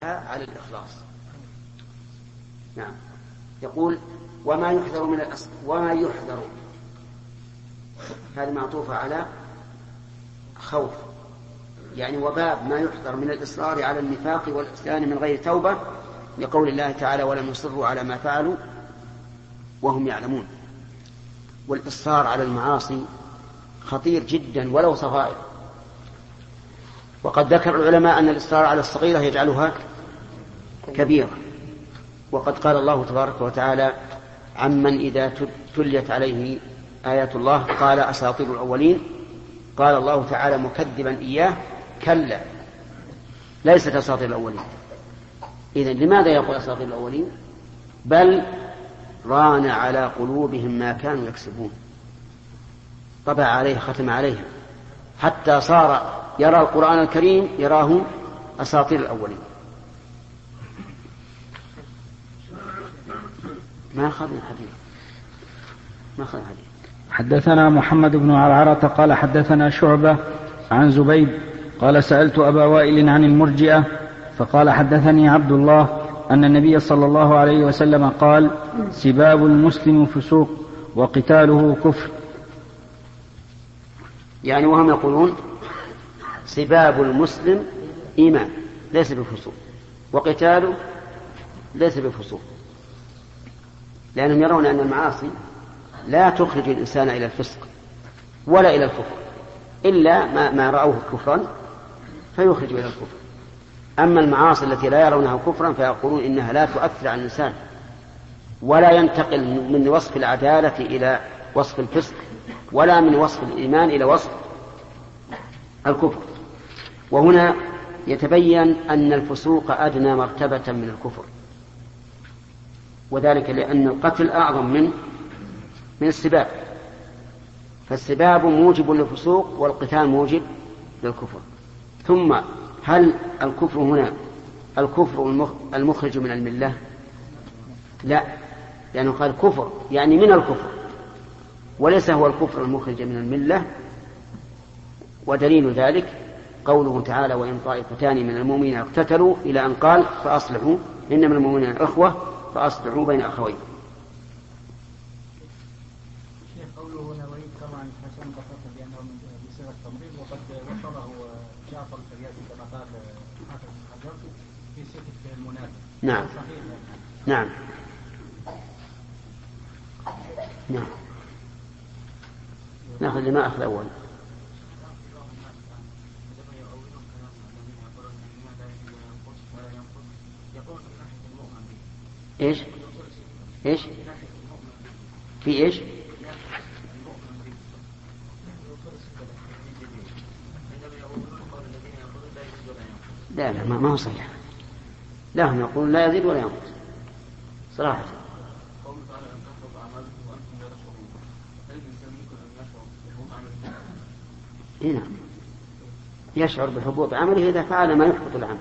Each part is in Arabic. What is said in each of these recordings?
على الإخلاص. نعم. يقول وما يحذر من الأصل وما يحذر، هذه معطوفة على خوف، يعني وباب ما يحذر من الإصرار على النفاق والعصيان من غير توبة، لقول الله تعالى ولم يصروا على ما فعلوا وهم يعلمون. والإصرار على المعاصي خطير جدا ولو صغائر، وقد ذكر العلماء أن الإصرار على الصغيرة يجعلها كبيرة. وقد قال الله تبارك وتعالى عمن إذا تليت عليه آيات الله قال أساطير الأولين، قال الله تعالى مكذبا إياه كلا ليست أساطير الأولين. إذن لماذا يقول أساطير الأولين؟ بل ران على قلوبهم ما كانوا يكسبون، طبع عليه ختم عليها حتى صار يرى القرآن الكريم يراه أساطير الأولين. ما أخذنا الحديث. حدثنا محمد بن عرعرة قال حدثنا شعبة عن زبيد قال سألت أبا وائل عن المرجئة فقال حدثني عبد الله أن النبي صلى الله عليه وسلم قال سباب المسلم فسوق وقتاله كفر. يعني وهم يقولون سباب المسلم إيمان ليس بفسوق، وقتاله ليس بفسوق، لأنهم يرون أن المعاصي لا تخرج الإنسان إلى الفسق ولا إلى الكفر، إلا ما رأوه كفرا فيخرج إلى الكفر. أما المعاصي التي لا يرونها كفرا فيقولون إنها لا تؤثر على الإنسان ولا ينتقل من وصف العدالة إلى وصف الفسق ولا من وصف الإيمان إلى وصف الكفر. وهنا يتبين أن الفسوق أدنى مرتبة من الكفر، وذلك لأن القتل أعظم من السباب، فالسباب موجب للفسوق والقتال موجب للكفر. ثم هل الكفر هنا الكفر المخرج من الملة؟ لا، لأنه قال كفر يعني من الكفر وليس هو الكفر المخرج من الملة. ودليل ذلك قوله تعالى وإن طائفتان من المؤمنين اقتتلوا إلى أن قال فأصلحوا إنما المؤمنين إخوة فأصلحوا بين أخوين. قوله نووي طبعا حسن بسيطة بأنه بصيغة التمريض، وقد وصله جعفر الفريابي كما قال حافظ الحجر في صيغة المنافق. نعم نعم نعم. نأخذ لما أخذ أول. إيش إيش في إيش؟ لا ما هو صحيح. لا، هم يقولون لا يزيد ولا ينقص صراحة. هنا يشعر بحبوط عمله إذا فعل ما يحبط العمل.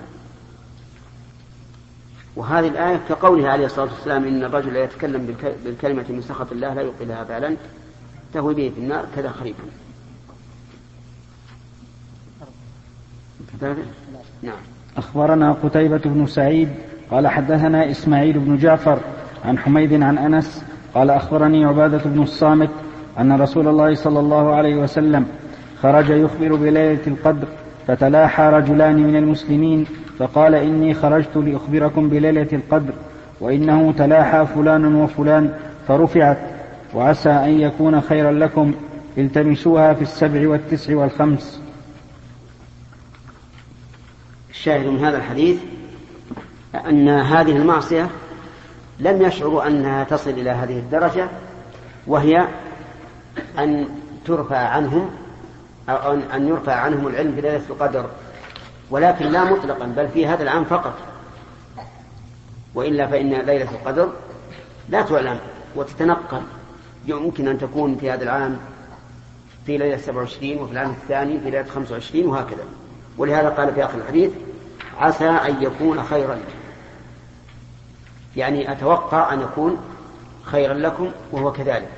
وهذه الآية كقولها عليه الصلاة والسلام إن الرجل لا يتكلم بالكلمة من سخط الله لا يلقي لها بالا تهوي به في النار كذا خريفا. نعم. أخبرنا قتيبة بن سعيد قال حدثنا إسماعيل بن جعفر عن حميد عن أنس قال أخبرني عبادة بن الصامت أن رسول الله صلى الله عليه وسلم خرج يخبر بليلة القدر فتلاحى رجلان من المسلمين فقال إني خرجت لأخبركم بليلة القدر وإنه تلاحى فلان وفلان فرفعت وعسى أن يكون خيرا لكم التمسوها في 7 و9 و5. الشاهد من هذا الحديث أن هذه المعصية لم يشعروا أنها تصل إلى هذه الدرجة، وهي أن ترفع عنهم أو أن يرفع عنهم العلم بليلة القدر، ولكن لا مطلقا بل في هذا العام فقط، وإلا فإن ليلة القدر لا تعلم وتتنقل، يمكن أن تكون في هذا العام في ليلة 27 وفي العام الثاني في ليلة 25 وهكذا. ولهذا قال في آخر الحديث عسى أن يكون خيرا، يعني أتوقع أن يكون خيرا لكم، وهو كذلك،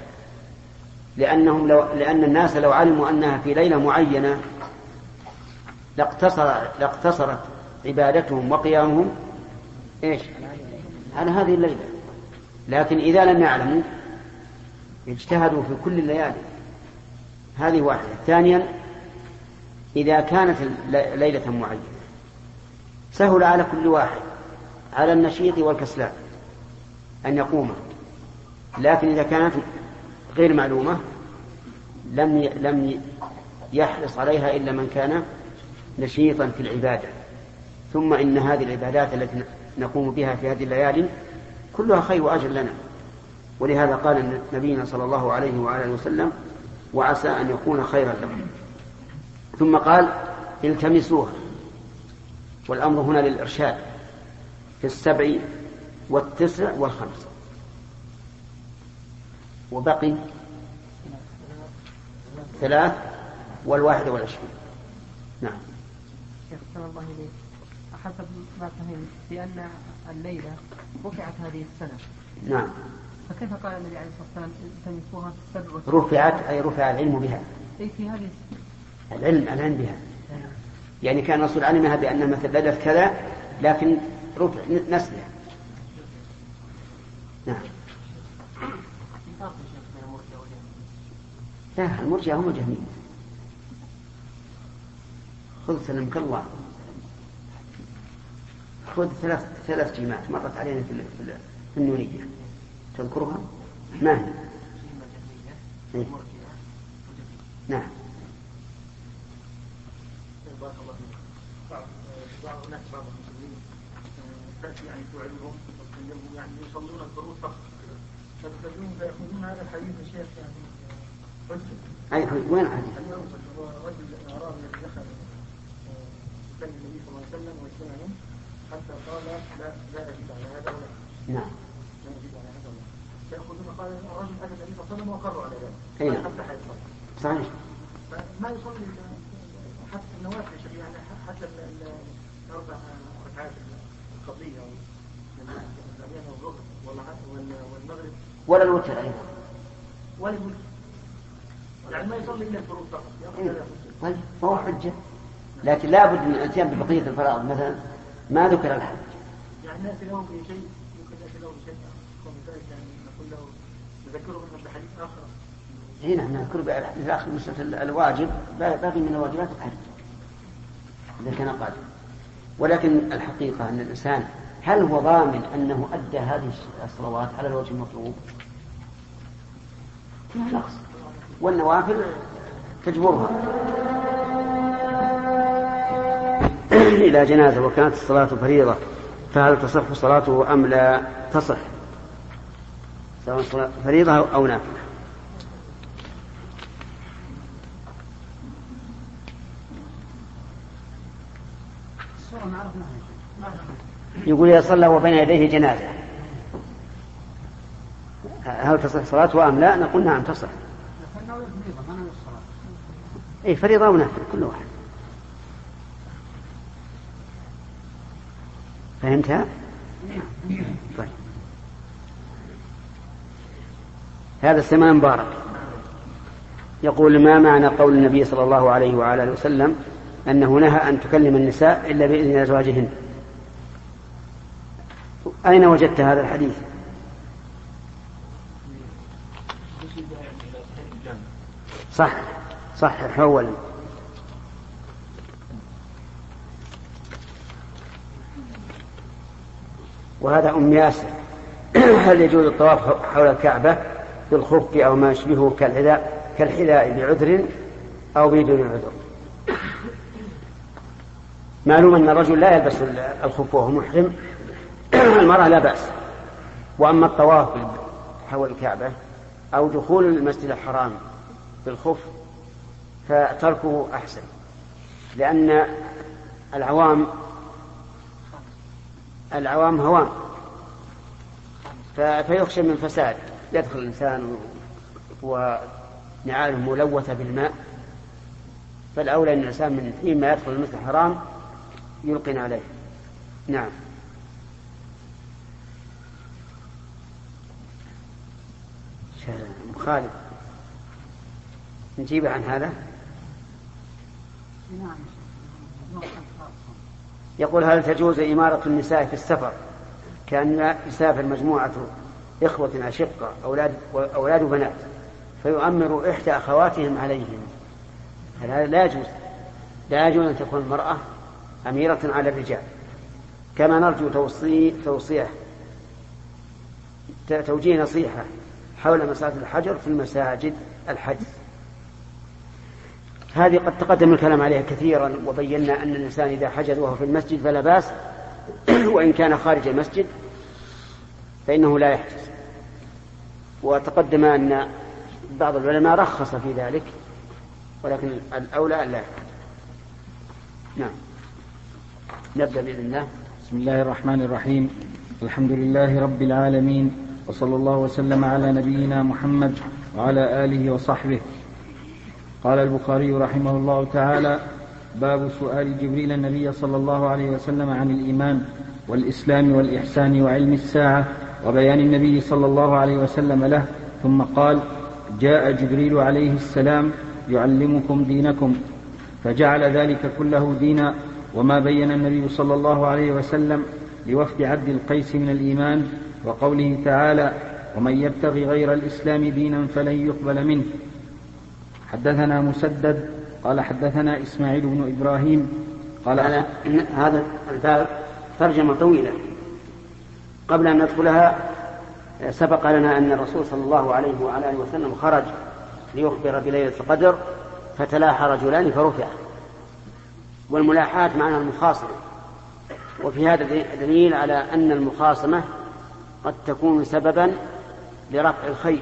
لأن الناس لو علموا أنها في ليلة معينة لاقتصرت عبادتهم وقيامهم إيش على هذه الليلة. لكن إذا لم يعلموا اجتهدوا في كل الليالي. هذه واحدة. ثانيا إذا كانت ليلة معينة سهل على كل واحد، على النشيط والكسلان أن يقوم. لكن إذا كانت غير معلومة لم يحرص عليها إلا من كان نشيطا في العبادة. ثم إن هذه العبادات التي نقوم بها في هذه الليالي كلها خير وأجر لنا، ولهذا قال نبينا صلى الله عليه وآله وسلم: وعسى أن يكون خيرا لكم. ثم قال: التمسوها. والأمر هنا للإرشاد في 7 و9 و5. وبقي 3 و21. نعم. شيخ صلى الله عليه حسب ما فهمت بأن الليلة رفعت هذه السنة. نعم. فكيف قال النبي عليه الصلاة والسلام التمسوها في 7 رفعت أي رفع العلم بها. أي في هذه العلم بها. يعني كان الرسول علمها بأن مثل ليلة كذا، لكن رفع نسلها. نعم. لا، المرجئة هم الجهمية. خذ سلمك الله، خذ 3 جيمات مرت علينا في النونية، تذكرها؟ ما هي؟ إيه؟ نعم. هناك بعض المسلمين تأتي يعني توعدهم وتكلمهم يعني يصلون الفروض فقط، فتجدون فيأخذون هذا الحديث الشيخ يعني حجة. وين الحديث؟ رجل أعرابي الذي دخل يكلم النبي صلى الله عليه وسلم ويسمعهم حتى قال لا أجد على هذا ولا. نعم. لا أجد على هذا ولا. يأخذون قال الرجل أتى النبي صلى الله عليه وسلم وأقروا على ذلك. أي. حتى حيصلي. صحيح. ما يصلي حتى النوافل يعني حتى الأربع ركعات القضية والظهر والمغرب ولا الوتر أيضا. ولا الوتر. يعني ما يصلي إلا الفروض فقط. طيب فهو حجة، لكن لا بد من الاتيان ببقية الفرائض. مثلا ما ذكر الحج. يعني الناس لهم بشيء يمكن الناس لهم بشيء ومن ذلك يعني نقول له نذكره منهم بحديث آخر. هنا نذكر بالحديث الآخر مسألة الواجب باقي من الواجبات الحج إذا كان قادر. ولكن الحقيقة أن الإنسان هل هو ضامن أنه أدى هذه الصلوات على الوجه المطلوب؟ فيها نقص، والنوافل تجبرها. إلى جنازة وكانت الصلاة فريضة فهل تصح صلاته أم لا تصح، سواء فريضة أو نافلة؟ يقول إذا صلى وبين يديه جنازة هل تصح صلاته أم لا؟ نقول نعم تصح. أي فريضة ونافلة كل واحد. فهمتها؟ طيب. هذا السماء مبارك يقول: ما معنى قول النبي صلى الله عليه وآله وسلم أنه نهى أن تكلم النساء إلا بإذن أزواجهن؟ أين وجدت هذا الحديث؟ صح أولا. وهذا أم ياسر: هل يجوز الطواف حول الكعبة بالخف أو ما يشبهه كالحذاء بعذر أو بدون عذر؟ معلوم أن الرجل لا يلبس الخف وهو محرم، المرأة لا بأس. وأما الطواف حول الكعبة أو دخول المسجد الحرام بالخف فتركه أحسن، لأن العوام هوام فيخشى من فساد، يدخل الإنسان ونعاله ملوثة بالماء، فالأولى أن الإنسان من حين ما يدخل المسجد الحرام يلقن عليه. نعم. خالد نجيب عن هذا. يقول: هل تجوز إمارة النساء في السفر كان يسافر مجموعة إخوة أشقة أولاد وبنات فيؤمر إحدى أخواتهم عليهم، هذا لا يجوز أن تكون المرأة أميرة على الرجال. كما نرجو توجيه نصيحة حول مسألة الحجر في المساجد الحجز. هذه قد تقدم الكلام عليها كثيرا، وبينا أن الإنسان إذا حجز وهو في المسجد فلا بأس، وإن كان خارج المسجد فإنه لا يحجز. وتقدم أن بعض العلماء رخص في ذلك، ولكن الأولى أن لا يحجز. نعم، نبدأ بإذن الله. بسم الله الرحمن الرحيم. الحمد لله رب العالمين، وصلى الله وسلم على نبينا محمد وعلى آله وصحبه. قال البخاري رحمه الله تعالى: باب سؤال جبريل النبي صلى الله عليه وسلم عن الإيمان والإسلام والإحسان وعلم الساعة وبيان النبي صلى الله عليه وسلم له، ثم قال: جاء جبريل عليه السلام يعلمكم دينكم، فجعل ذلك كله دينا. وما بين النبي صلى الله عليه وسلم لوفد عبد القيس من الإيمان، وقوله تعالى: ومن يبتغي غير الإسلام دينا فلن يقبل منه. حدثنا مسدد قال حدثنا إسماعيل بن إبراهيم قال هذا الباب ترجمة طويلة. قبل أن ندخلها سبق لنا أن الرسول صلى الله عليه وعلى آله وسلم خرج ليخبر بليلة القدر، فتلاحى رجلان فرفع، والملاحاة معناها المخاصمة. وفي هذا دليل على أن المخاصمة قد تكون سببا لرفع الخير،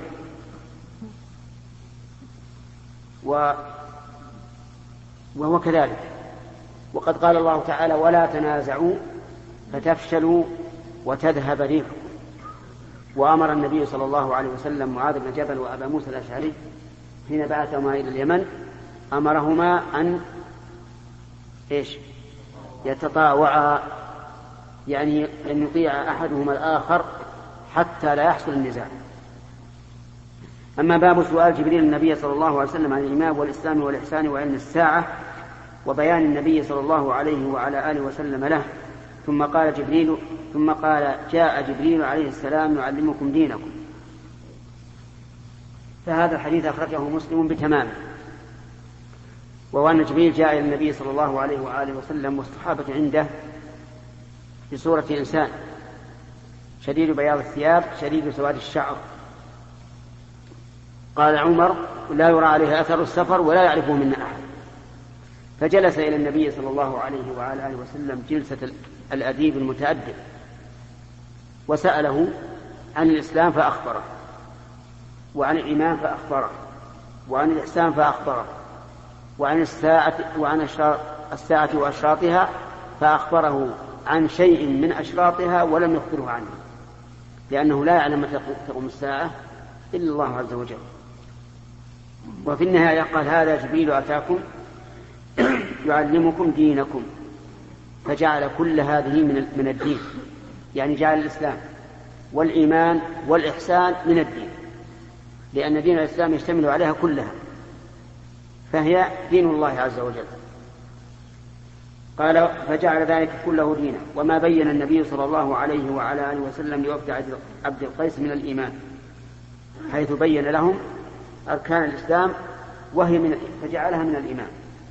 وهو كذلك. وقد قال الله تعالى: ولا تنازعوا فتفشلوا وتذهب ريحكم. وأمر النبي صلى الله عليه وسلم معاذ بن جبل وأبا موسى الأشعري حين بعثهما إلى اليمن، أمرهما أن يتطاوعا، يعني أن يطيع أحدهما الآخر حتى لا يحصل النزاع. أما باب سؤال جبريل النبي صلى الله عليه وسلم عن الإيمان والإسلام والإحسان وعلم الساعة وبيان النبي صلى الله عليه وعلى آله وسلم له، ثم قال: جاء جبريل عليه السلام يعلمكم دينكم. فهذا الحديث أخرجه مسلم بتمامه، وهو أن جبريل جاء إلى النبي صلى الله عليه وآله وسلم والصحابة عنده بصورة إنسان شديد بياض الثياب شديد سواد الشعر. قال عمر: لا يرى عليه أثر السفر ولا يعرفه منا أحد. فجلس إلى النبي صلى الله عليه وعلى آله وسلم جلسة الأديب المتأدب، وسأله عن الإسلام فأخبره، وعن الإيمان فأخبره، وعن الإحسان فأخبره، وعن الساعة وأشراطها فأخبره عن شيء من أشراطها ولم يخبره عنه، لأنه لا يعلم متى تقوم الساعة إلا الله عز وجل. وفي النهاية قال: هذا جبريل أتاكم يعلمكم دينكم. فجعل كل هذه من الدين، يعني جعل الإسلام والإيمان والإحسان من الدين، لأن دين الإسلام يشتمل عليها كلها، فهي دين الله عز وجل. قال: فجعل ذلك كله دينا. وما بين النبي صلى الله عليه وعلى آله وسلم لوفد عبد القيس من الإيمان، حيث بين لهم أركان الإسلام فجعلها من الإيمان.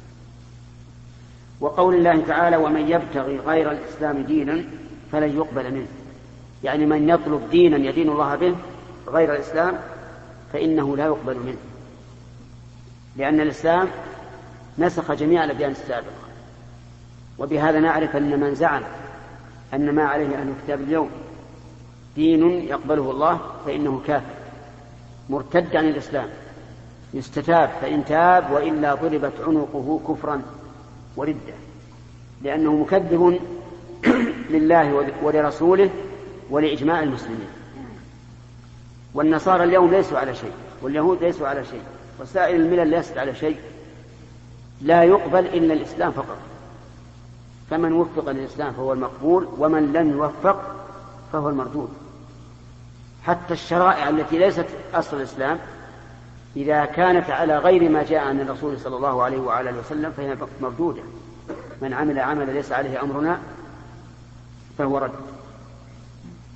وقول الله تعالى: ومن يبتغي غير الإسلام دينا فلن يقبل منه، يعني من يطلب دينا يدين الله به غير الإسلام فإنه لا يقبل منه، لأن الإسلام نسخ جميع الأديان السابقة. وبهذا نعرف أن من زعم أن ما عليه أهل الكتاب اليوم دين يقبله الله فإنه كافر مرتد عن الإسلام، يستتاب فإن تاب، وإلا ضربت عنقه كفرا وردة، لأنه مكذب لله ولرسوله ولإجماع المسلمين. والنصارى اليوم ليسوا على شيء، واليهود ليسوا على شيء، وسائر الملل ليست على شيء، لا يقبل إلا الإسلام فقط. فمن وفق للإسلام فهو المقبول، ومن لم يوفق فهو المردود. حتى الشرائع التي ليست أصل الإسلام إذا كانت على غير ما جاء عن الرسول صلى الله عليه وعلى آله وسلم فهي مردودة. من عمل عملا ليس عليه أمرنا فهو رد.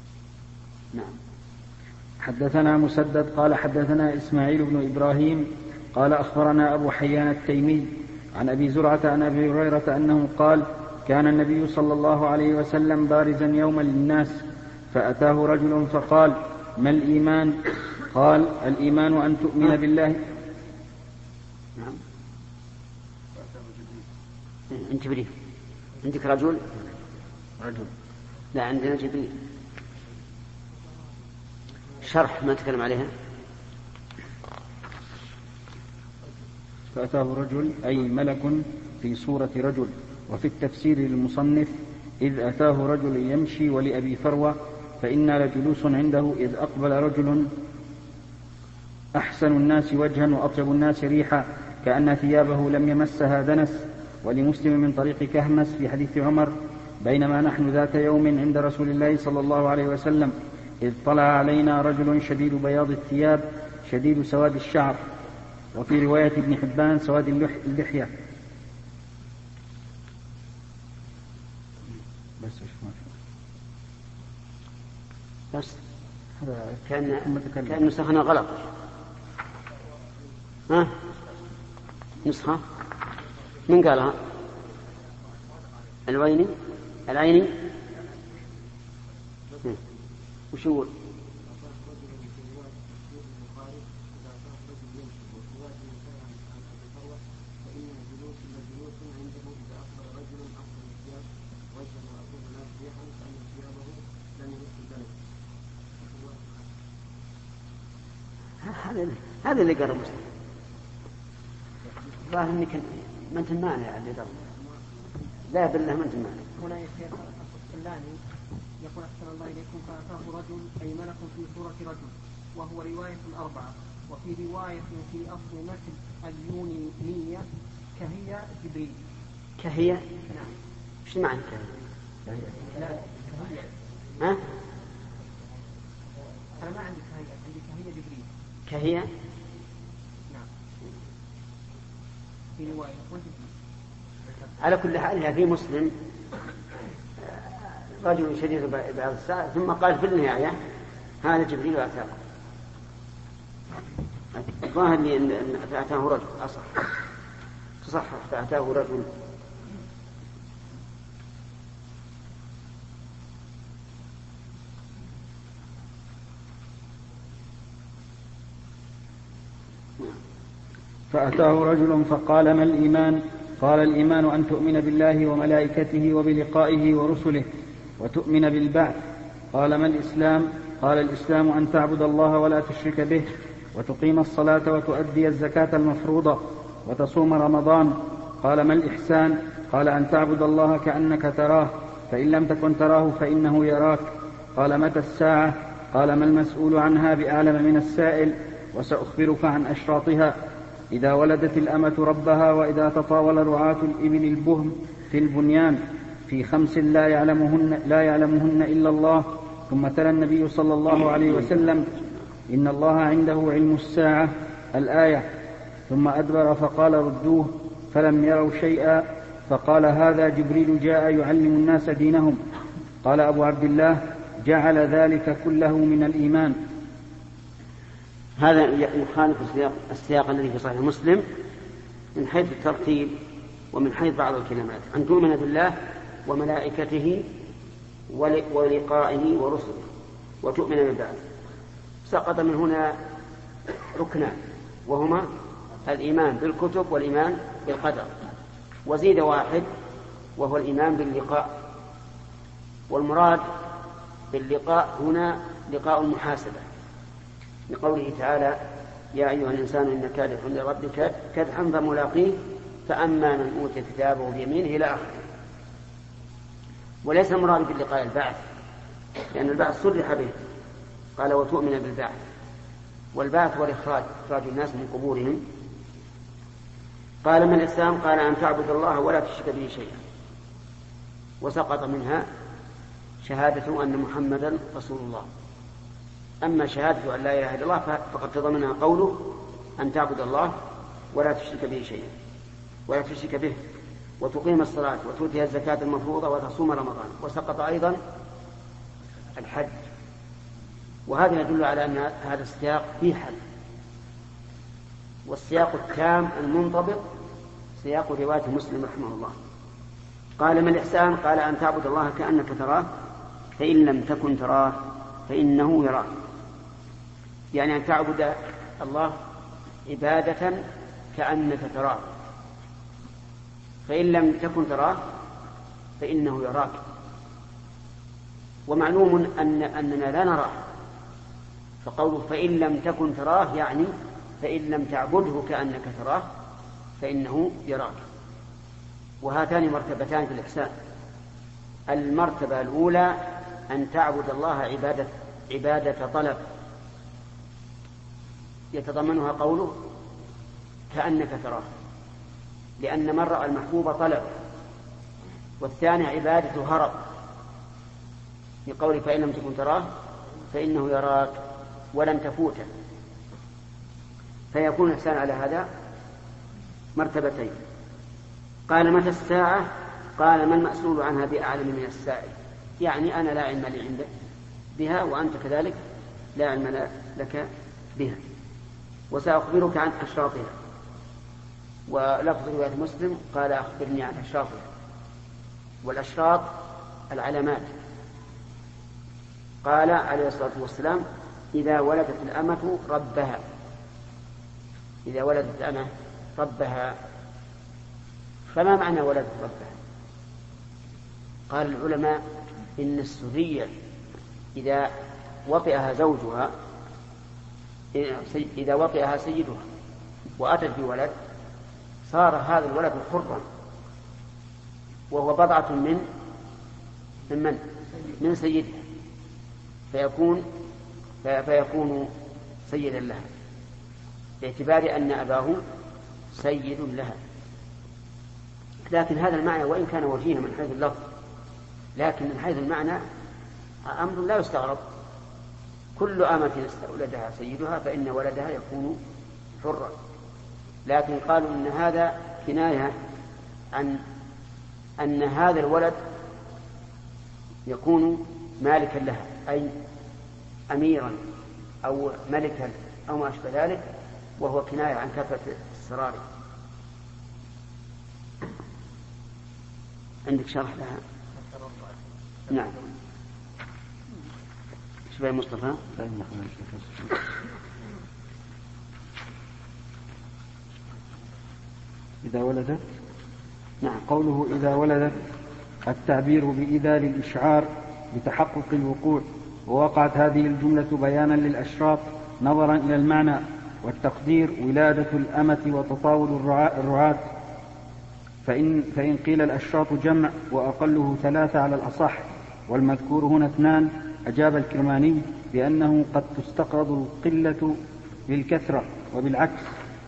نعم. حدثنا مسدد قال حدثنا إسماعيل بن إبراهيم قال أخبرنا أبو حيان التيمي عن أبي زرعة عن أبي هريرة أنه قال كان النبي صلى الله عليه وسلم بارزا يوما للناس فأتاه رجل فقال ما الإيمان؟ قال الإيمان أن تؤمن بالله. نعم. أنت جبريل عندك رجل لا عندنا جبريل. شرح ما نتكلم عليها. فأتاه رجل أي ملك في صورة رجل. وفي التفسير للمصنف إذ أتاه رجل يمشي ولأبي فروة فإنا لجلوس عنده إذ أقبل رجل أحسن الناس وجها وأطيب الناس ريحا كأن ثيابه لم يمسها دنس. ولمسلم من طريق كهمس في حديث عمر بينما نحن ذات يوم عند رسول الله صلى الله عليه وسلم إذ طلع علينا رجل شديد بياض الثياب شديد سواد الشعر. وفي رواية ابن حبان سواد اللحية. بس كان نسخنا غلط. ها نسخة من قالها؟ العيني وش يقول؟ هذا اللي قال مسلم. ظاهر انك ما انت مانع اللي قال. لا بالله ما انت مانع. هنا يشير السلاني يقول أحسن الله إليكم فأتاه رجل أي ملك في صورة رجل وهو رواية الأربعة. وفي رواية في أصل نسب اليونية كهي جبريل. كهي؟ نعم. ايش معنى كهي؟ لا كهي. ها؟ أنا ما عندي كهي، عندي كهي جبريل. كهي؟ نعم. في رواية على كل حال في مسلم رجل شديد بياض الساعة ثم قال في النهاية هذا جبريل أتاه. الظاهر لي أن فأتاه رجل أصح تصحح فأتاه رجل. فأتاه رجل فقال ما الإيمان؟ قال الإيمان أن تؤمن بالله وملائكته وبلقائه ورسله وتؤمن بالبعث. قال ما الإسلام؟ قال الإسلام أن تعبد الله ولا تشرك به وتقيم الصلاة وتؤدي الزكاة المفروضة وتصوم رمضان. قال ما الإحسان؟ قال أن تعبد الله كأنك تراه فإن لم تكن تراه فإنه يراك. قال متى الساعة؟ قال ما المسؤول عنها بأعلم من السائل وسأخبرك عن أشراطها إذا ولدت الأمة ربها وإذا تطاول رعاة الإبل البهم في البنيان في 5 لا يعلمهن إلا الله. ثم تلا النبي صلى الله عليه وسلم إن الله عنده علم الساعة الآية. ثم أدبر فقال ردوه فلم يروا شيئا. فقال هذا جبريل جاء يعلم الناس دينهم. قال أبو عبد الله جعل ذلك كله من الإيمان. هذا يخالف السياق الذي في صحيح مسلم من حيث الترتيب ومن حيث بعض الكلمات أن تؤمن بالله وملائكته ولقائه ورسله وتؤمن بالبعث. سقط من هنا ركنان وهما الإيمان بالكتب والإيمان بالقدر. وزيد واحد وهو الإيمان باللقاء. والمراد باللقاء هنا لقاء المحاسبة لقوله تعالى يا أيها الإنسان إنك كادح لربك كدحا فملاقيه فأما من أوتي كتابه بيمينه إلى آخره. وليس المراد باللقاء البعث لأن البعث صرح به قال وتؤمن بالبعث. والبعث هو إخراج الناس من قبورهم. قال من الإسلام؟ قال أن تعبد الله ولا تشرك به شيئا. وسقط منها شهادة أن محمدا رسول الله. أما شهادة أن لا إله إلا الله فقد تضمنها قوله أن تعبد الله ولا تشرك به شيئا ولا تشرك به وتقيم الصلاة وتؤتي الزكاة المفروضة وتصوم رمضان. وسقط أيضا الحج وهذا يدل على أن هذا السياق فيه حل. والسياق التام المنضبط سياق رواية مسلم رحمه الله. قال: ما الإحسان؟ قال: أن تعبد الله كأنك تراه فإن لم تكن تراه فإنه يراك. يعني أن تعبد الله عبادة كأنك تراه، فإن لم تكن تراه فإنه يراك. ومعلوم أننا لا نراه، فقوله فإن لم تكن تراه يعني فإن لم تعبده كأنك تراه فإنه يراك. وهاتان مرتبتان في الإحسان. المرتبة الأولى أن تعبد الله عبادة طلب يتضمنها قوله كأنك تراه، لأن من رأى المحبوب طلب. والثانية عبادة هرب، بقوله فإن لم تكن تراه فإنه يراك ولن تفوته. فيكون الإحسان على هذا مرتبتين. قال: متى الساعة؟ قال: ما المسؤول عنها بأعلم من السائل. يعني أنا لا علم لي عندك بها، وأنت كذلك لا علم لك بها، وسأخبرك عن أشراطها. ولفظ رواية مسلم قال: أخبرني عن أشراطها. والأشراط العلامات. قال عليه الصلاة والسلام: إذا ولدت الأمة ربها. إذا ولدت الأمة ربها. فما معنى ولدت ربها؟ قال العلماء: إن السرية إذا وطئها زوجها، إذا وطئها سيدها وأتت بولد، صار هذا الولد حرا، وهو بضعة من سيدها، فيكون سيدا لها، باعتبار أن أباه سيد لها. لكن هذا المعنى وإن كان وجيها من حيث اللفظ، لكن من حيث المعنى أمر لا يستغرب. كل أمة استولدها سيدها فإن ولدها يكون حرا. لكن قالوا إن هذا كناية عن أن هذا الولد يكون مالكا لها، أي أميرا أو ملكا أو ما أشبه ذلك، وهو كناية عن كثرة السرار. عندك شرح لها؟ نعم. شبه مصطفى. إذا ولدت. نعم. قوله إذا ولدت التعبير بإذا للإشعار بتحقق الوقوع، ووقعت هذه الجملة بيانا للأشراط نظرا إلى المعنى، والتقدير ولادة الأمة وتطاول الرعاة. فإن قيل الأشراط جمع وأقله 3 على الأصح، والمذكور هنا 2، أجاب الكرماني بأنه قد تستقرض القلة للكثرة، وبالعكس،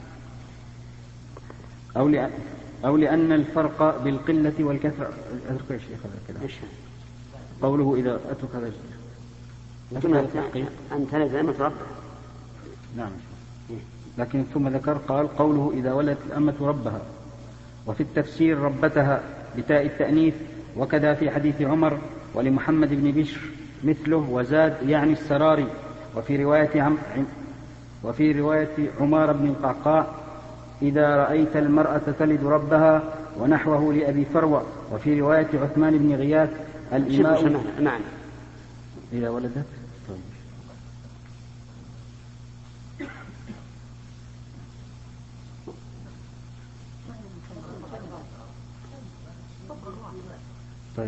أو لأن الفرق بالقلة والكثرة. أترك يا شيخ هذا الكلام. قوله إذا أترك هذا أنت نزل متربع. نعم. لكن ثم ذكر قال: قوله إذا ولدت الأمة ربها. وفي التفسير ربتها بتاء التأنيث، وكذا في حديث عمر ولمحمد بن بشر مثله، وزاد يعني السراري. وفي رواية عمار بن القعقاع: إذا رأيت المرأة تلد ربها، ونحوه لأبي فروة. وفي رواية عثمان بن غياث: الإماء. نعم. إذا ولدت. طيب.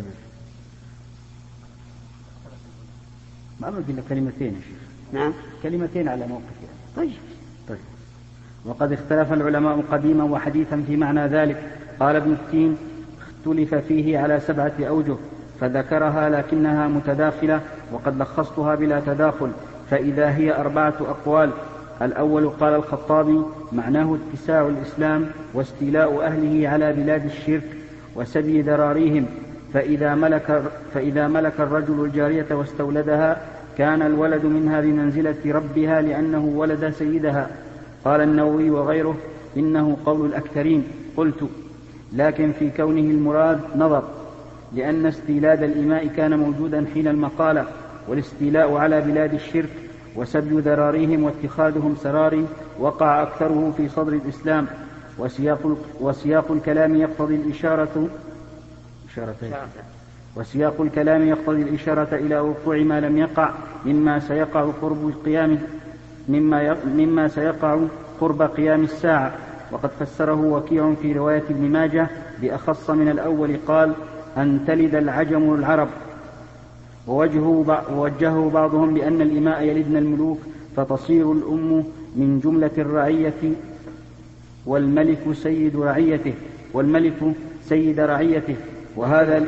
ما أمر إلا كلمتين يا شيخ. نعم. كلمتين على موقف يعني. طيب. وقد اختلف العلماء قديما وحديثا في معنى ذلك. قال ابن التين: اختلف فيه على 7 أوجه، فذكرها لكنها متداخلة، وقد لخصتها بلا تداخل، فإذا هي 4 أقوال. الأول قال الخطابي: معناه اتساع الإسلام واستيلاء أهله على بلاد الشرك وسبي ذراريهم، فإذا ملك الرجل الجارية واستولدها كان الولد منها بمنزلة ربها لأنه ولد سيدها. قال النووي وغيره: إنه قول الأكثرين. قلت: لكن في كونه المراد نظر، لأن استيلاد الإماء كان موجودا حين المقالة، والاستيلاء على بلاد الشرك وسبي ذراريهم واتخاذهم سراري وقع أكثره في صدر الإسلام. وسياق الكلام يقتضي الإشارة إلى وقوع ما لم يقع مما سيقع قرب قيام الساعة. وقد فسره وكيع في رواية ابن ماجه بأخص من الأول، قال أن تلد العجم العرب. ووجهه بعضهم بأن الإماء يلدن الملوك فتصير الأم من جملة الرعية والملك سيد رعيته وهذا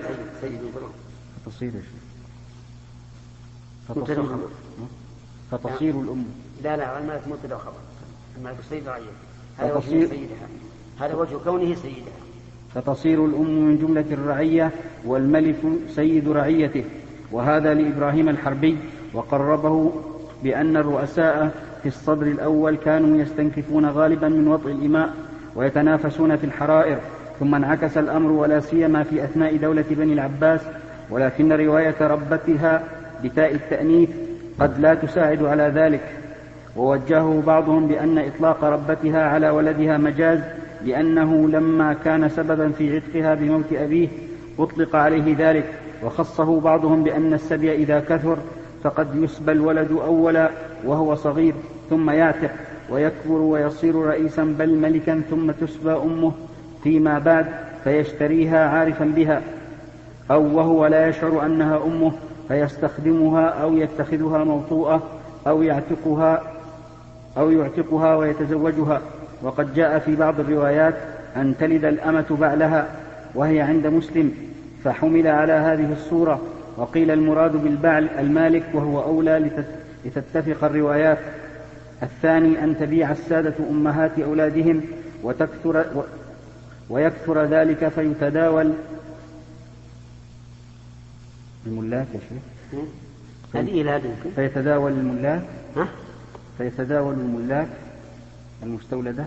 فتصير الأم لا الملك مبتدأ وخبر. الملك سيد رعيته هذا وجه كونه سيدها. فتصير الأم من جملة الرعية والملك سيد رعيته. وهذا لإبراهيم الحربي، وقربه بأن الرؤساء في الصدر الأول كانوا يستنكفون غالبا من وطئ الإماء ويتنافسون في الحرائر، ثم انعكس الأمر ولا سيما في أثناء دولة بني العباس، ولكن رواية ربتها بتاء التأنيث قد لا تساعد على ذلك. ووجهه بعضهم بأن إطلاق ربتها على ولدها مجاز، لأنه لما كان سببا في عتقها بموت أبيه أطلق عليه ذلك. وخصه بعضهم بأن السبي إذا كثر فقد يسبى الولد أولا وهو صغير ثم يعتق ويكبر ويصير رئيسا بل ملكا، ثم تسبى أمه فيما بعد فيشتريها عارفا بها، أو وهو لا يشعر أنها أمه فيستخدمها أو يتخذها موطوءة أو يعتقها ويتزوجها. وقد جاء في بعض الروايات أن تلد الأمة بعلها، وهي عند مسلم، فحمل على هذه الصورة. وقيل المراد بالبعل المالك، وهو أولى لتتفق الروايات. الثاني أن تبيع السادة أمهات أولادهم ويكثر ذلك فيتداول الملاك يا شيخ. فيتداول الملاك المستولدة.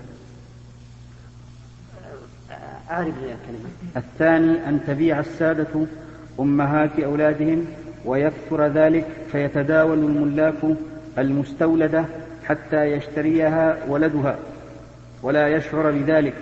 الثاني أن تبيع السادة أمهات أولادهم ويكثر ذلك فيتداول الملاك المستولدة حتى يشتريها ولدها ولا يشعر بذلك.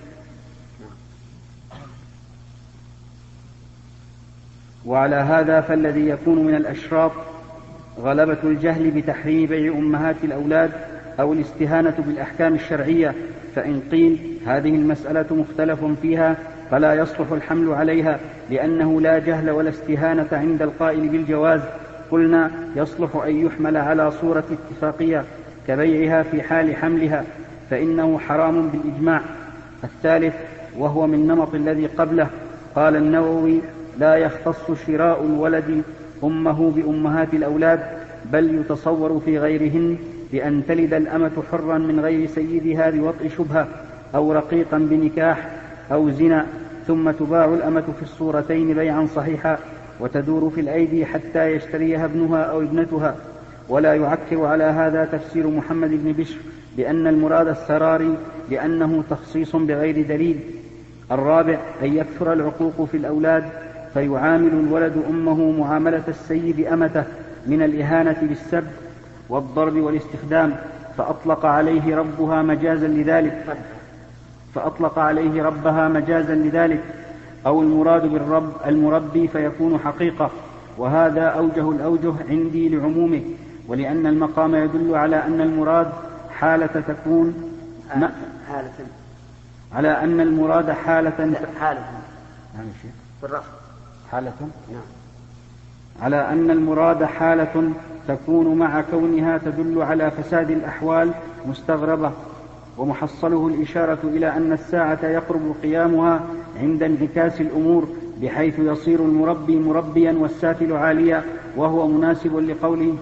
وعلى هذا فالذي يكون من الأشراط غلبة الجهل بتحريم بيع أمهات الأولاد أو الاستهانة بالأحكام الشرعية. فإن قيل هذه المسألة مختلف فيها فلا يصلح الحمل عليها، لأنه لا جهل ولا استهانة عند القائل بالجواز، قلنا يصلح أن يحمل على صورة اتفاقية كبيعها في حال حملها، فإنه حرام بالإجماع. الثالث وهو من نمط الذي قبله، قال النووي: لا يختص شراء الولد أمه بأمهات الأولاد، بل يتصور في غيرهن بأن تلد الأمة حرا من غير سيدها بوطء شبهة أو رقيقا بنكاح أو زنا، ثم تباع الأمة في الصورتين بيعا صحيحا وتدور في الأيدي حتى يشتريها ابنها أو ابنتها. ولا يعكر على هذا تفسير محمد بن بشر بأن المراد السراري، لأنه تخصيص بغير دليل. الرابع أن يكثر العقوق في الأولاد فيعامل الولد أمه معاملة السيد أمته من الإهانة بالسب والضرب والاستخدام، فأطلق عليه ربها مجازا لذلك، أو المراد بالرب المربي فيكون حقيقة. وهذا أوجه الأوجه عندي لعمومه، ولأن المقام يدل على أن المراد حالة تكون على أن المراد على أن المراد حالة تكون مع كونها تدل على فساد الأحوال مستغربة. ومحصله الإشارة إلى أن الساعة يقرب قيامها عند انعكاس الأمور، بحيث يصير المربي مربيا والسافل عاليا، وهو مناسب لقوله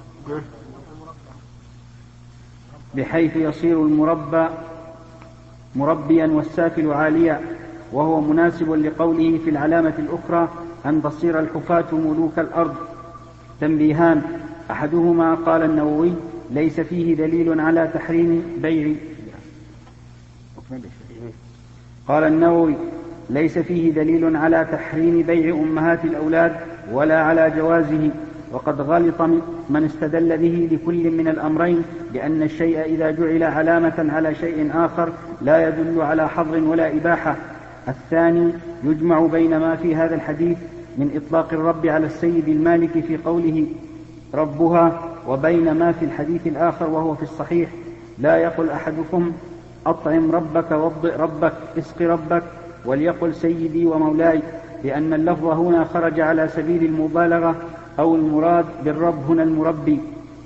بحيث يصير المربى مربيا والسافل عاليا، وهو مناسب لقوله في العلامة الأخرى أن تصير الحفاة ملوك الأرض. تنبيهان: أحدهما قال النووي: ليس فيه دليل على تحريم بيع أمهات الأولاد ولا على جوازه، وقد غلط من استدل به لكل من الأمرين، لأن الشيء إذا جعل علامة على شيء آخر لا يدل على حظر ولا إباحة. الثاني يجمع بين ما في هذا الحديث من إطلاق الرب على السيد المالك في قوله ربها، وبين ما في الحديث الآخر وهو في الصحيح: لا يقل أحدكم أطعم ربك وضئ ربك اسق ربك، وليقل سيدي ومولاي، لأن اللفظ هنا خرج على سبيل المبالغة، أو المراد بالرب هنا المربي،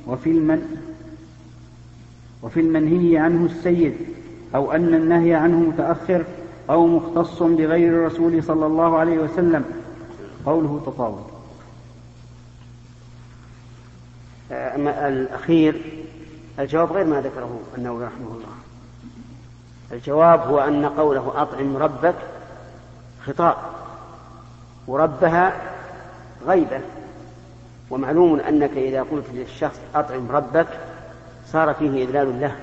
وفي المنهي عنه السيد، أو أن النهي عنه متأخر أو مختص بغير الرسول صلى الله عليه وسلم. قوله تطاول. أما الأخير الجواب غير ما ذكره النووي رحمه الله. الجواب هو أن قوله أطعم ربك خطاب، وربها غيبة، ومعلوم أنك إذا قلت للشخص أطعم ربك صار فيه إذلال له،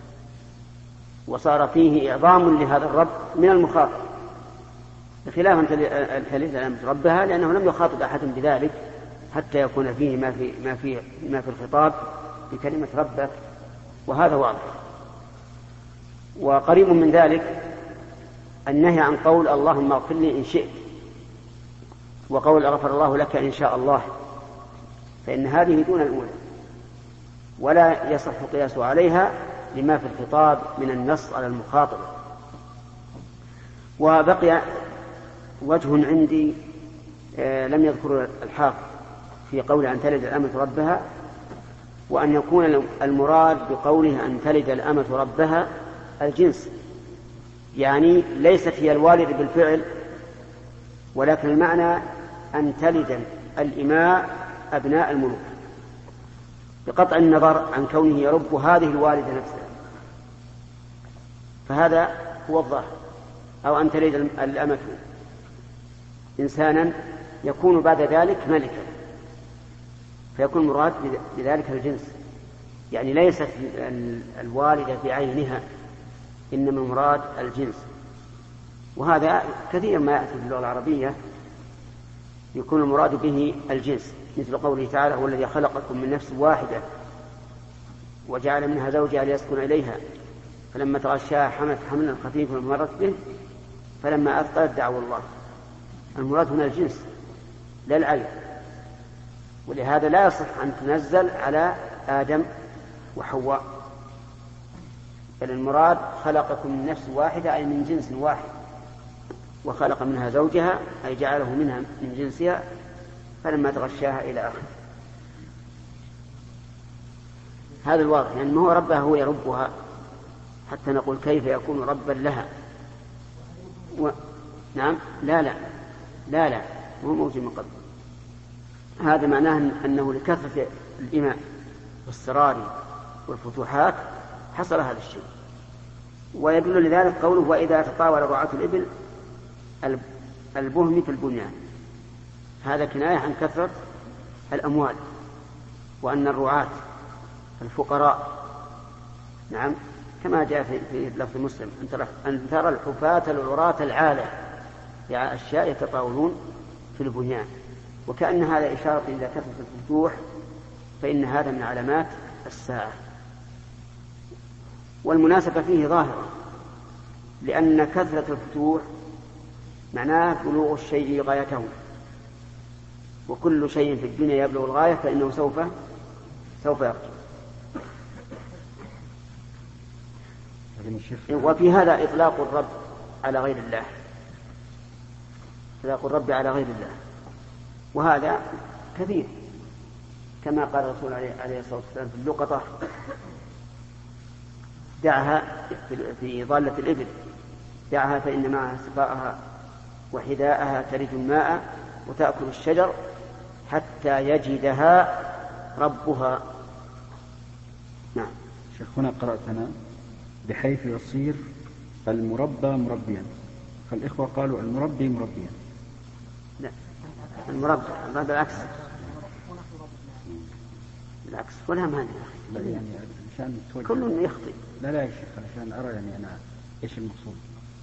وصار فيه إعظام لهذا الرب من المخاطب، بخلاف أن تلد ربها، لأنه لم يخاطب أحد بذلك حتى يكون فيه ما في الخطاب بكلمة ربك، وهذا واضح. وقريب من ذلك النهي عن قول اللهم اغفر لي إن شئت، وقول غفر الله لك إن شاء الله، فإن هذه دون الأولى، ولا يصح القياس عليها لما في الخطاب من النص على المخاطب. وبقي وجه عندي لم يذكر الحافظ في قول أن تلد الأمة ربها، وأن يكون المراد بقوله أن تلد الأمة ربها الجنس، يعني ليست هي الوالد بالفعل، ولكن المعنى أن تلد الإماء أبناء الملوك، بقطع النظر عن كونه يرب هذه الوالدة نفسها، فهذا هو الظاهر. أو أن تلد الأمة إنسانا يكون بعد ذلك ملكا، فيكون المراد بذلك الجنس، يعني ليست الوالدة بعينها، إنما المراد الجنس. وهذا كثير ما يأتي في اللغة العربية يكون المراد به الجنس، مثل قوله تعالى: هو الذي خلقكم من نفس واحدة وجعل منها زوجها ليسكن إليها فلما تغشاها حملت حملا خفيفا ومرت به فلما أثقلت دعوا الله. المراد هنا الجنس لا العين، ولهذا لا يصح أن تنزل على آدم وحواء، بل المراد خلقكم من نفس واحدة أي من جنس واحد، وخلق منها زوجها أي جعله منها من جنسها فلما تغشاها إلى آخره. هذا الواضح، يعني ما هو ربها هو يربها حتى نقول كيف يكون ربا لها. نعم لا هو موجود من قبل. هذا معناه أنه لكثرة الإماء والسرار والفتوحات حصل هذا الشيء. ويدل لذلك قوله: وإذا تطاول رعاة الإبل البهم في البنيان. هذا كناية عن كثرة الأموال، وأن الرعاة الفقراء، نعم، كما جاء في لفظ مسلم: أن ترى الحفاة العراة العالة يعني أشياء يتطاولون في البنيان. وكأن هذا إشارة إلى كثرة الفتوح، فإن هذا من علامات الساعة. والمناسبة فيه ظاهرة، لأن كثرة الفتوح معناه بلوغ الشيء غايته، وكل شيء في الدنيا يبلغ الغاية فإنه سوف يرجع. وفي هذا إطلاق الرب على غير الله، إطلاق الرب على غير الله، وهذا كثير، كما قال الرسول عليه الصلاة والسلام في اللقطة: دعها في ضالة الإبل، دعها فإن معها سقاءها وحذاءها ترد الماء وتأكل الشجر حتى يجدها ربها. نعم. شيخنا قرأتنا بحيث يصير المربى مربيا، فالإخوة قالوا المربي مربيا. لا، المربى بالعكس، ولا مانع يعني عشان كل يخطئ. لا يا شيخ، عشان أرى يعني أنا إيش المقصود.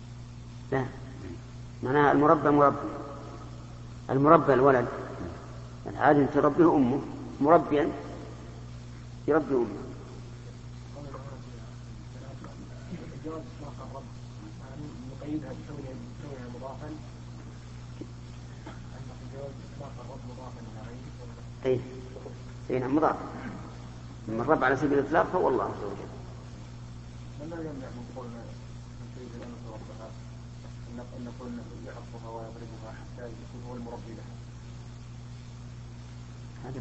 لا، معناها المربى مربي، المربى الولد العالم تربيه أمه، مربيا يربي أمه. نقيدها بكونها مضافا، أن في جواز إطلاق الرب مضافا إلى غيره. أي نعم مضاف. من الرب على سبيل الإطلاق فهو الله عز وجل. من لا يمنع من قولنا من تريد أن تربها أن نقول يعصها ويضربها حتى يكون هو المربي لها؟ هذا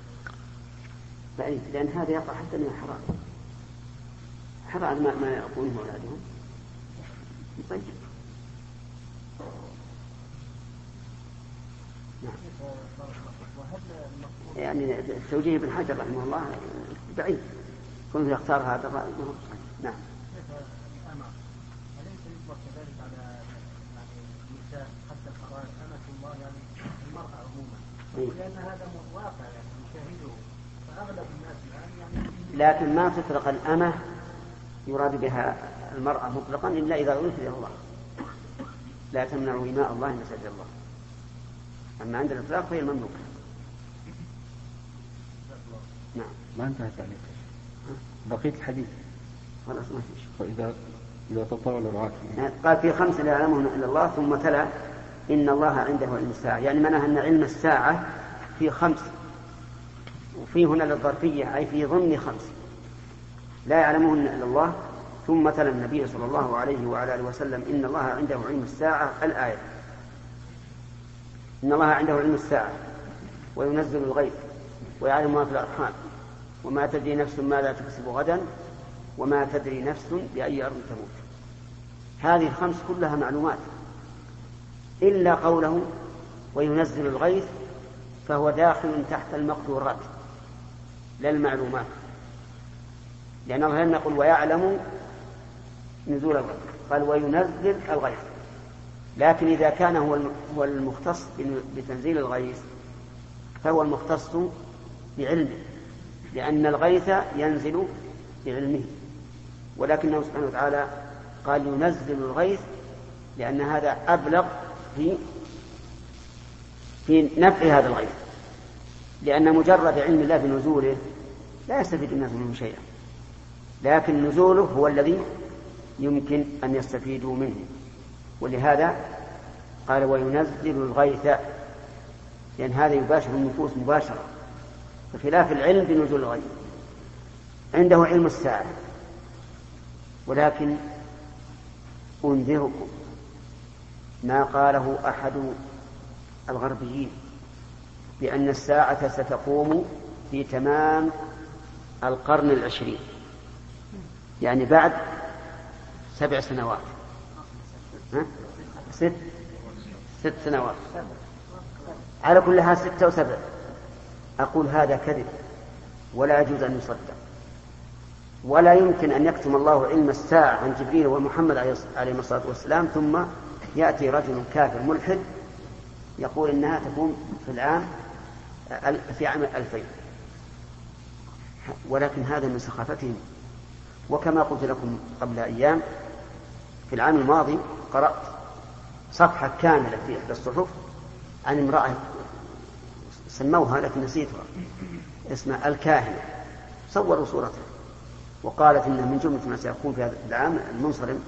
بعيد لأن هذا يقع حتى من الحرام. حرام ما يقوله أولادهم. طيب نعم. يعني التوجيه ابن حجر رحمه الله بعيد، كنت يختار هذا الرأي. نعم. أليس يطلق كذلك على النساء حتى القرآن أمة الله يعني المرأة عموما، لأن هذا واقع يعني نشاهده فأغلب الناس الآن يعني. لكن ما تطلق الأمة يراد بها المرأة مطلقا إلا إذا أضيف إلى الله. لا تمنعوا إماء الله مساجد الله. أما عند الإطلاق فهي المملوكة. نعم. ما انتهت عليك بقية الحديث خلاص ما فيش. إذا تطاول الرعاة قال في 5 لا يعلمهن إلا الله، ثم تلا إن الله عنده علم الساعة، يعني معناها أن علم الساعة في 5، وفي هنا للظرفية أي في ضمن 5 لا يعلمهن إلا الله. ثم تلا النبي صلى الله عليه وعلى آله وسلم إن الله عنده علم الساعة الآية. إن الله عنده علم الساعة وينزل الغيث ويعلم ما في الأرحام وما تدري نفس ماذا تكسب غدا وما تدري نفس بأي أرض تموت. هذه 5 كلها معلومات إلا قوله وينزل الغيث، فهو داخل تحت المقدورات لا المعلومات، لأن الله لم يقل ويعلم نزول الغيث، قال وينزل الغيث. لكن إذا كان هو المختص بتنزيل الغيث فهو المختص بعلمه، لأن الغيث ينزل بعلمه، ولكنه سبحانه وتعالى قال ينزل الغيث لأن هذا أبلغ في نفع هذا الغيث، لأن مجرد علم الله بنزوله لا يستفيد الناس منه شيئا، لكن نزوله هو الذي يمكن أن يستفيدوا منه. ولهذا قال وينزل الغيث، لأن هذا يباشر النفوس مباشرة، بخلاف العلم بنزول الغيث. عنده علم الساعة، ولكن أنذركم ما قاله أحد الغربيين بأن الساعة ستقوم في تمام القرن 20، يعني بعد 7 سنوات. 6 سنوات على كلها 6 و7. أقول هذا كذب ولا يجوز أن يصدق، ولا يمكن أن يكتم الله علم الساعة عن جبريل ومحمد عليه الصلاة والسلام ثم يأتي رجل كافر ملحد يقول إنها تكون في عام 2000. ولكن هذا من سخافتهم. وكما قلت لكم قبل أيام في العام الماضي قرأت صفحة كاملة في إحدى الصحف عن امرأة سموها لكن نسيتها، اسمها الكاهنة، صوروا صورتها وقالت إنه من جملة ما سيكون في هذا العام المنصرم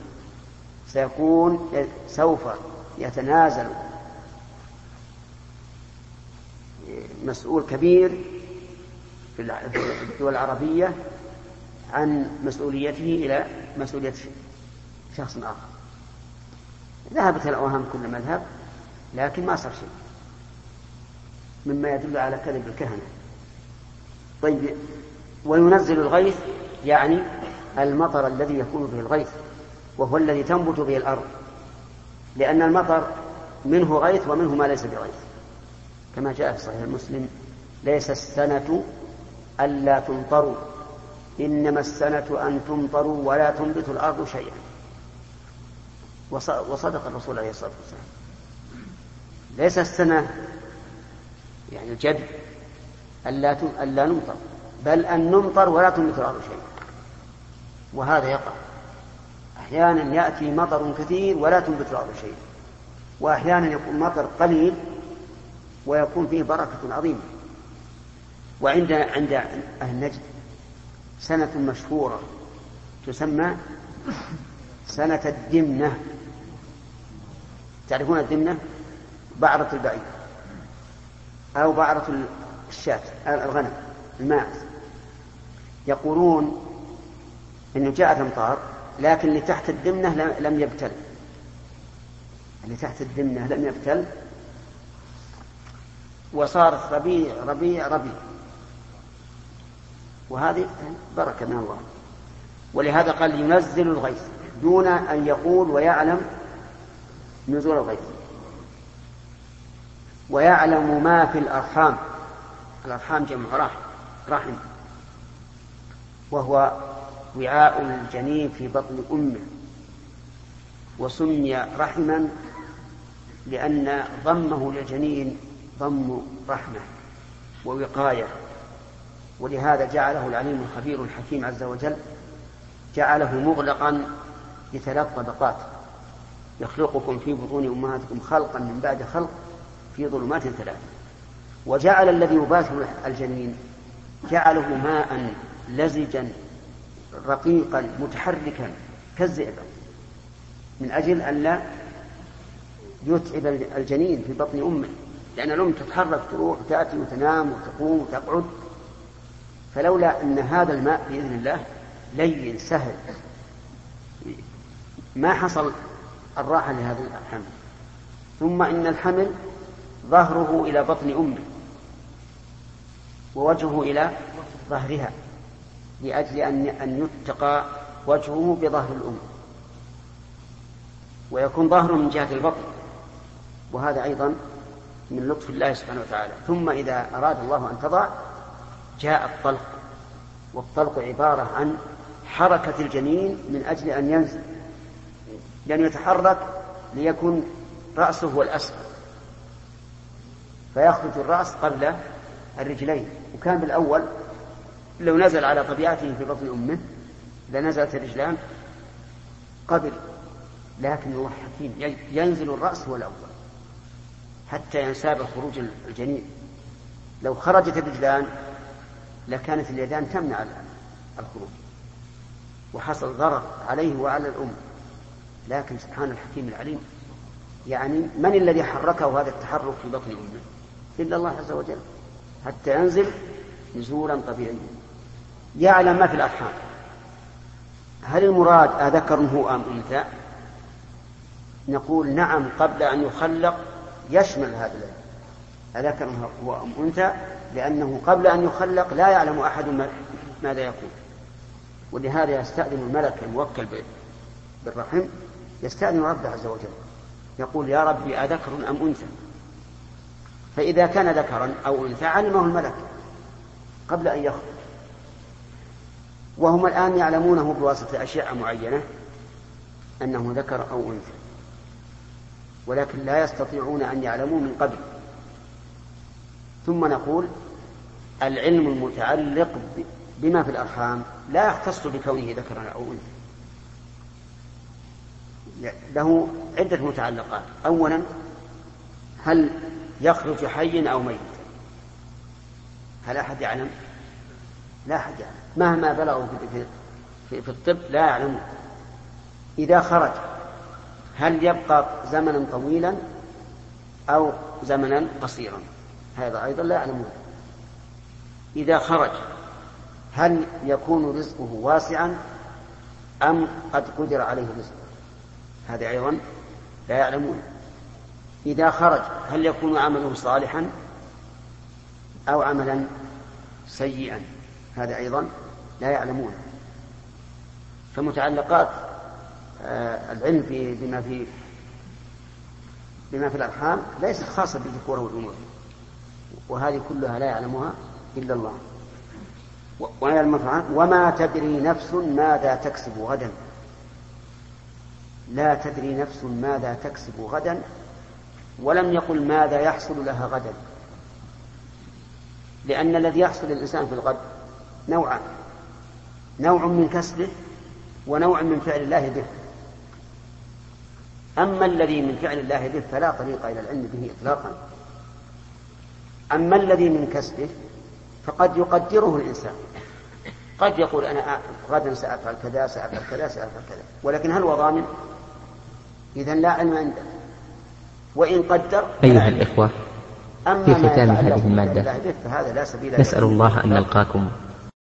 سوف يتنازل مسؤول كبير في الدول العربية عن مسؤوليته إلى مسؤولية شخص آخر. ذهبت الأوهام كل مذهب، لكن ما صار شيء مما يدل على كذب الكهنة. طيب، وينزل الغيث يعني المطر الذي يكون به الغيث، وهو الذي تنبت به الأرض، لأن المطر منه غيث ومنه ما ليس بغيث، كما جاء في صحيح مسلم ليس السنة ألا تمطروا إنما السنة أن تمطروا ولا تنبت الأرض شيئا. وصدق الرسول عليه الصلاة والسلام. ليس السنة يعني الجد ألا نمطر، بل أن نمطر ولا تنبت الأرض شيئا. وهذا يقع أحيانا، يأتي مطر كثير ولا تنبت الأرض شيئا، وأحيانا يكون مطر قليل ويكون فيه بركة عظيمة. وعند أهل نجد سنة مشهورة تسمى سنة الدمنة. تعرفون الدمنة؟ بعرة البعير أو بعرة الشاة الغنم الماعز. يقولون إنه جاءت أمطار لكن اللي تحت الدمنة لم يبتل، اللي تحت الدمنة لم يبتل، وصارت ربيع ربيع ربيع، وهذه بركة من الله. ولهذا قال ينزل الغيث دون أن يقول ويعلم نزول الغيث. ويعلم ما في الأرحام، الأرحام جمع رحم، وهو وعاء الجنين في بطن أمه، وسمي رحما لأن ضمه للجنين ضم رحمة ووقاية. ولهذا جعله العليم الخبير الحكيم عز وجل جعله مغلقا بثلاث طبقات: يخلقكم في بطون أمهاتكم خلقا من بعد خلق في ظلمات ثلاث. وجعل الذي يباشر الجنين جعله ماء لزجا رقيقا متحركا كالزئبق، من أجل أن لا يتعب الجنين في بطن أمه، لأن الأم تتحرك تروح وتأتي وتنام وتقوم وتقعد. فلولا أن هذا الماء بإذن الله لين سهل ما حصل الراحة لهذا الحمل. ثم إن الحمل ظهره إلى بطن أمه ووجهه إلى ظهرها، لأجل أن يتقى وجهه بظهر الأم، ويكون ظهره من جهة البطن، وهذا أيضا من لطف الله سبحانه وتعالى. ثم إذا أراد الله أن تضع جاء الطلق، والطلق عبارة عن حركة الجنين من أجل أن ينزل، لأن يتحرك ليكون رأسه هو الأسفل، فيخرج الرأس قبل الرجلين. وكان بالأول لو نزل على طبيعته في بطن أمه لنزلت الرجلان قبل، لكن الله حكيم ينزل الرأس هو الأول حتى ينساب خروج الجنين. لو خرجت الرجلان لكانت اليدان تمنع الخروج وحصل ضرر عليه وعلى الأم. لكن سبحان الحكيم العليم، يعني من الذي حركه هذا التحرك في بطن أمه إلا الله عز وجل حتى ينزل نزولا طبيعيا. يعلم ما في الأرحام. هل المراد أذكر هو أم أنثى؟ نقول نعم، قبل أن يخلق يشمل هذا أذكر هو أم أنثى، لأنه قبل أن يخلق لا يعلم أحد ماذا يكون. ولهذا يستأذن الملك الموكل بالرحم، يستأذن ربه عز وجل يقول يا ربي أذكر أم أنثى؟ فإذا كان ذكرا أو أنثى علمه الملك قبل أن يخلق. وهم الآن يعلمونه بواسطة أشعة معينة أنه ذكر أو أنثى، ولكن لا يستطيعون أن يعلموا من قبل. ثم نقول العلم المتعلق بما في الأرحام لا يختص بكونه ذكرا أو أنثى، له عدة متعلقات. أولا، هل يخرج حي أو ميت؟ هل أحد يعلم؟ لا أحد يعلم، مهما بلغوا في الطب لا يعلمون. إذا خرج هل يبقى زمنا طويلا أو زمنا قصيرا؟ هذا أيضا لا يعلمون. إذا خرج هل يكون رزقه واسعا أم قد قدر عليه رزقه؟ هذا أيضا لا يعلمون. إذا خرج هل يكون عمله صالحا أو عملا سيئا؟ هذا أيضا لا يعلمون. فمتعلقات العلم بما في الأرحام ليست خاصة بالذكور والأنوثة، وهذه كلها لا يعلمها إلا الله. وما تدري نفس ماذا تكسب غدا. لا تدري نفس ماذا تكسب غدا، ولم يقل ماذا يحصل لها غدا، لأن الذي يحصل للإنسان في الغد نوعان: نوع من كسبه ونوع من فعل الله به. أما الذي من فعل الله به فلا طريق إلى العلم به إطلاقا، أما الذي من كسبه فقد يقدره الإنسان، قد يقول أنا غدا سأفعل كذا سأفعل كذا سأفعل كذا، ولكن هل هو ضامن؟ إذن لا علم عنده. وإن قدر أيها الإخوة، في ختام هذه المادة فهذا لا سبيل نسأل الله أن نلقاكم